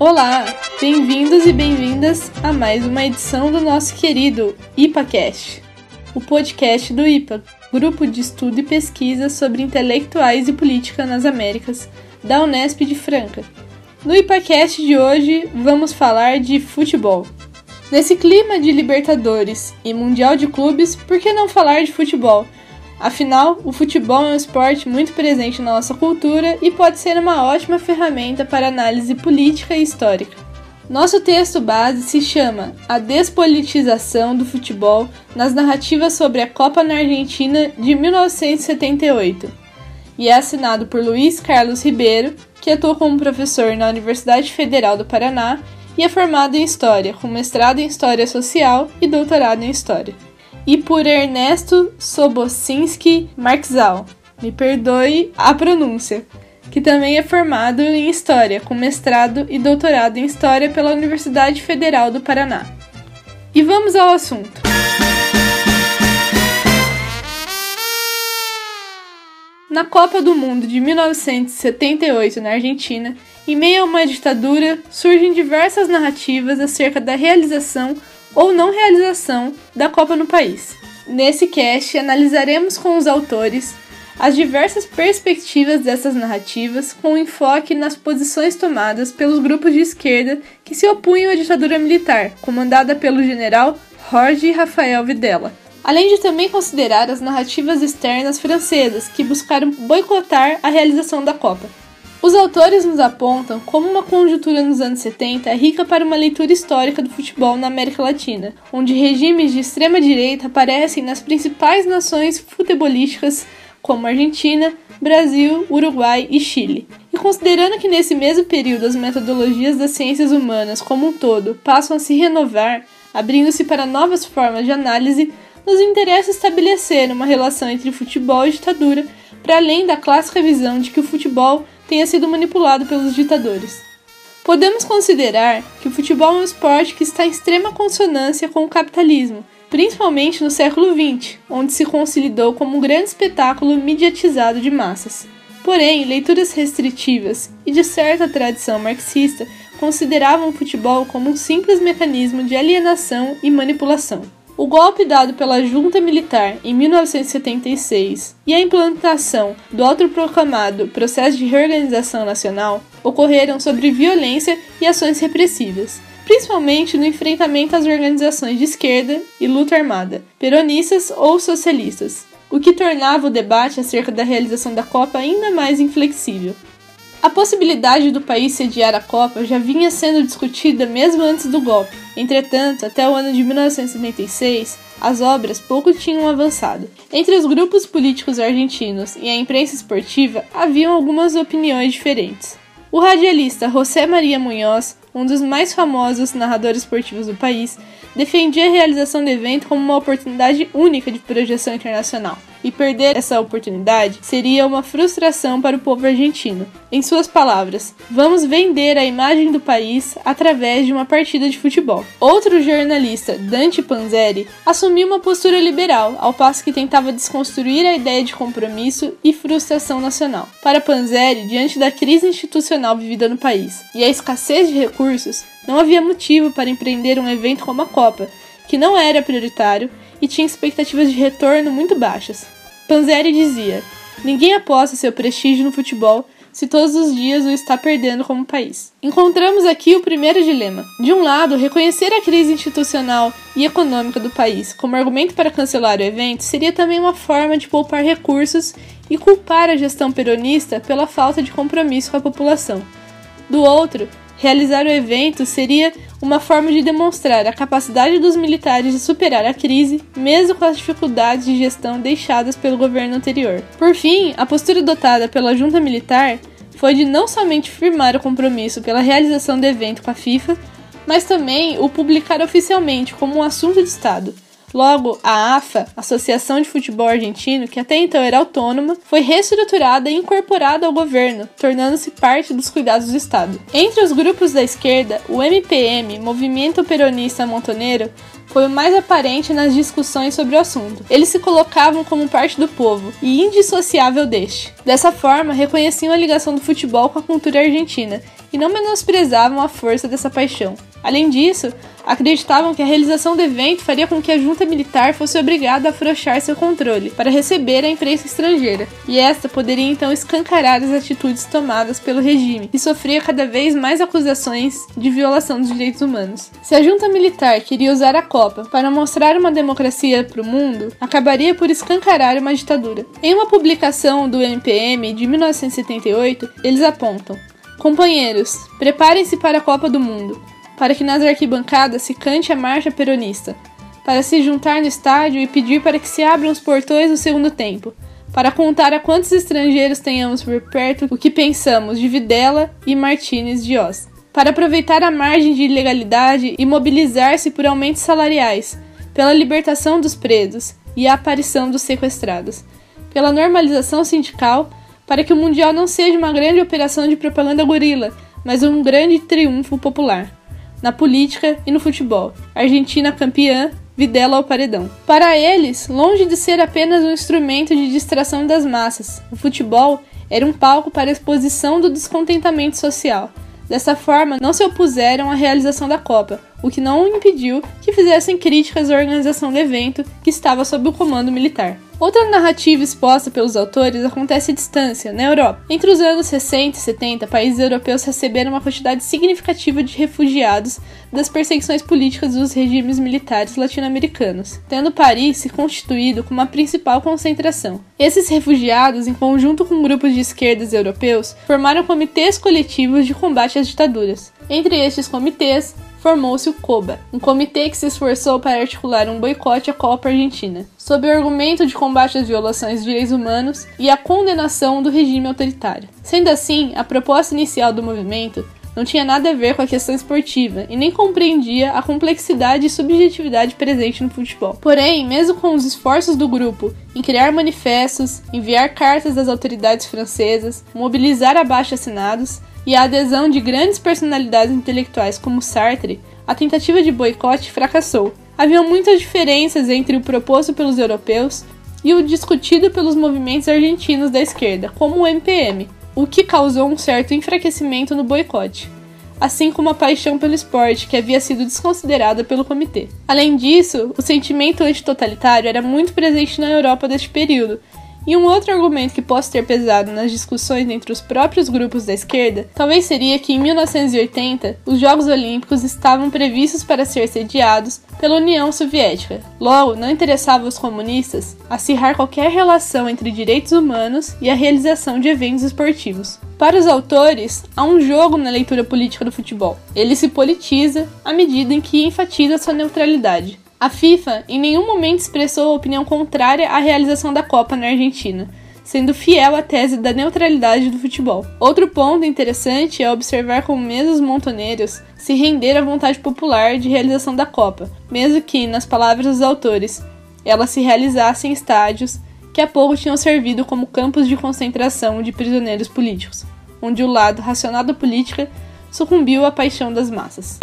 Olá, bem-vindos e bem-vindas a mais uma edição do nosso querido IPAcast, o podcast do IPA, Grupo de Estudo e Pesquisa sobre Intelectuais e Política nas Américas, da Unesp de Franca. No IPAcast de hoje, vamos falar de futebol. Nesse clima de Libertadores e Mundial de Clubes, por que não falar de futebol? Afinal, o futebol é um esporte muito presente na nossa cultura e pode ser uma ótima ferramenta para análise política e histórica. Nosso texto base se chama A Despolitização do Futebol nas Narrativas sobre a Copa na Argentina de 1978 e é assinado por Luiz Carlos Ribeiro, que atua como professor na Universidade Federal do Paraná e é formado em História, com mestrado em História Social e doutorado em História. E por Ernesto Sobocinski Marczal, me perdoe a pronúncia, que também é formado em História, com mestrado e doutorado em História pela Universidade Federal do Paraná. E vamos ao assunto. Na Copa do Mundo de 1978 na Argentina, em meio a uma ditadura, surgem diversas narrativas acerca da realização ou não realização da Copa no país. Nesse cast, analisaremos com os autores as diversas perspectivas dessas narrativas com enfoque nas posições tomadas pelos grupos de esquerda que se opunham à ditadura militar, comandada pelo general Jorge Rafael Videla, além de também considerar as narrativas externas francesas que buscaram boicotar a realização da Copa. Os autores nos apontam como uma conjuntura nos anos 70 é rica para uma leitura histórica do futebol na América Latina, onde regimes de extrema-direita aparecem nas principais nações futebolísticas como Argentina, Brasil, Uruguai e Chile. E considerando que nesse mesmo período as metodologias das ciências humanas como um todo passam a se renovar, abrindo-se para novas formas de análise, nos interessa estabelecer uma relação entre futebol e ditadura, para além da clássica visão de que o futebol tenha sido manipulado pelos ditadores. Podemos considerar que o futebol é um esporte que está em extrema consonância com o capitalismo, principalmente no século XX, onde se consolidou como um grande espetáculo mediatizado de massas. Porém, leituras restritivas e de certa tradição marxista consideravam o futebol como um simples mecanismo de alienação e manipulação. O golpe dado pela junta militar em 1976 e a implantação do autoproclamado Processo de Reorganização Nacional ocorreram sobre violência e ações repressivas, principalmente no enfrentamento às organizações de esquerda e luta armada, peronistas ou socialistas, o que tornava o debate acerca da realização da Copa ainda mais inflexível. A possibilidade do país sediar a Copa já vinha sendo discutida mesmo antes do golpe. Entretanto, até o ano de 1976, as obras pouco tinham avançado. Entre os grupos políticos argentinos e a imprensa esportiva, haviam algumas opiniões diferentes. O radialista José Maria Munhoz, um dos mais famosos narradores esportivos do país, defendia a realização do evento como uma oportunidade única de projeção internacional, e perder essa oportunidade seria uma frustração para o povo argentino. Em suas palavras, vamos vender a imagem do país através de uma partida de futebol. Outro jornalista, Dante Panzeri, assumiu uma postura liberal, ao passo que tentava desconstruir a ideia de compromisso e frustração nacional. Para Panzeri, diante da crise institucional vivida no país e a escassez de recursos, não havia motivo para empreender um evento como a Copa, que não era prioritário e tinha expectativas de retorno muito baixas. Panzeri dizia: ninguém aposta seu prestígio no futebol se todos os dias o está perdendo como país. Encontramos aqui o primeiro dilema. De um lado, reconhecer a crise institucional e econômica do país como argumento para cancelar o evento seria também uma forma de poupar recursos e culpar a gestão peronista pela falta de compromisso com a população. Do outro, realizar o evento seria uma forma de demonstrar a capacidade dos militares de superar a crise, mesmo com as dificuldades de gestão deixadas pelo governo anterior. Por fim, a postura adotada pela junta militar foi de não somente firmar o compromisso pela realização do evento com a FIFA, mas também o publicar oficialmente como um assunto de Estado, Logo, a AFA, Associação de Futebol Argentino, que até então era autônoma, foi reestruturada e incorporada ao governo, tornando-se parte dos cuidados do Estado. Entre os grupos da esquerda, o MPM, Movimento Peronista Montoneiro, foi o mais aparente nas discussões sobre o assunto. Eles se colocavam como parte do povo e indissociável deste. Dessa forma, reconheciam a ligação do futebol com a cultura argentina e não menosprezavam a força dessa paixão. Além disso, acreditavam que a realização do evento faria com que a junta militar fosse obrigada a afrouxar seu controle para receber a imprensa estrangeira, e esta poderia então escancarar as atitudes tomadas pelo regime, que sofria cada vez mais acusações de violação dos direitos humanos. Se a junta militar queria usar a Copa para mostrar uma democracia para o mundo, acabaria por escancarar uma ditadura. Em uma publicação do MPM de 1978, eles apontam: companheiros, preparem-se para a Copa do Mundo, para que nas arquibancadas se cante a marcha peronista, para se juntar no estádio e pedir para que se abram os portões do segundo tempo, para contar a quantos estrangeiros tenhamos por perto o que pensamos de Videla e Martínez de Oz, para aproveitar a margem de ilegalidade e mobilizar-se por aumentos salariais, pela libertação dos presos e a aparição dos sequestrados, pela normalização sindical, para que o Mundial não seja uma grande operação de propaganda gorila, mas um grande triunfo popular. Na política e no futebol, Argentina campeã, Videla ao paredão. Para eles, longe de ser apenas um instrumento de distração das massas, o futebol era um palco para a exposição do descontentamento social. Dessa forma, não se opuseram à realização da Copa, o que não impediu que fizessem críticas à organização do evento, que estava sob o comando militar. Outra narrativa exposta pelos autores acontece à distância, na Europa. Entre os anos 60 e 70, países europeus receberam uma quantidade significativa de refugiados das perseguições políticas dos regimes militares latino-americanos, tendo Paris se constituído como a principal concentração. Esses refugiados, em conjunto com grupos de esquerdas europeus, formaram comitês coletivos de combate às ditaduras. Entre estes comitês, formou-se o COBA, um comitê que se esforçou para articular um boicote à Copa Argentina, sob o argumento de combate às violações de direitos humanos e a condenação do regime autoritário. Sendo assim, a proposta inicial do movimento não tinha nada a ver com a questão esportiva e nem compreendia a complexidade e subjetividade presente no futebol. Porém, mesmo com os esforços do grupo em criar manifestos, enviar cartas das autoridades francesas, mobilizar abaixo-assinados e a adesão de grandes personalidades intelectuais como Sartre, a tentativa de boicote fracassou. Havia muitas diferenças entre o proposto pelos europeus e o discutido pelos movimentos argentinos da esquerda, como o MPM, o que causou um certo enfraquecimento no boicote, assim como a paixão pelo esporte, que havia sido desconsiderada pelo comitê. Além disso, o sentimento antitotalitário era muito presente na Europa deste período, e um outro argumento que possa ter pesado nas discussões entre os próprios grupos da esquerda, talvez seria que em 1980 os Jogos Olímpicos estavam previstos para ser sediados pela União Soviética. Logo, não interessava aos comunistas acirrar qualquer relação entre direitos humanos e a realização de eventos esportivos. Para os autores, há um jogo na leitura política do futebol. Ele se politiza à medida em que enfatiza sua neutralidade. A FIFA em nenhum momento expressou a opinião contrária à realização da Copa na Argentina, sendo fiel à tese da neutralidade do futebol. Outro ponto interessante é observar como mesmo os montoneiros se renderam à vontade popular de realização da Copa, mesmo que, nas palavras dos autores, ela se realizasse em estádios que há pouco tinham servido como campos de concentração de prisioneiros políticos, onde o lado racional da política sucumbiu à paixão das massas.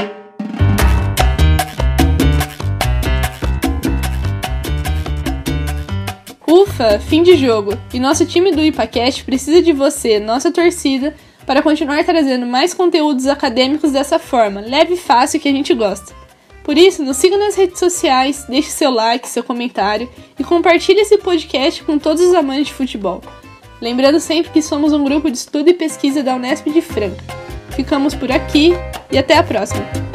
Ufa, fim de jogo! E nosso time do IPAcast precisa de você, nossa torcida, para continuar trazendo mais conteúdos acadêmicos dessa forma, leve e fácil, que a gente gosta. Por isso, nos siga nas redes sociais, deixe seu like, seu comentário e compartilhe esse podcast com todos os amantes de futebol. Lembrando sempre que somos um grupo de estudo e pesquisa da Unesp de Franca. Ficamos por aqui e até a próxima!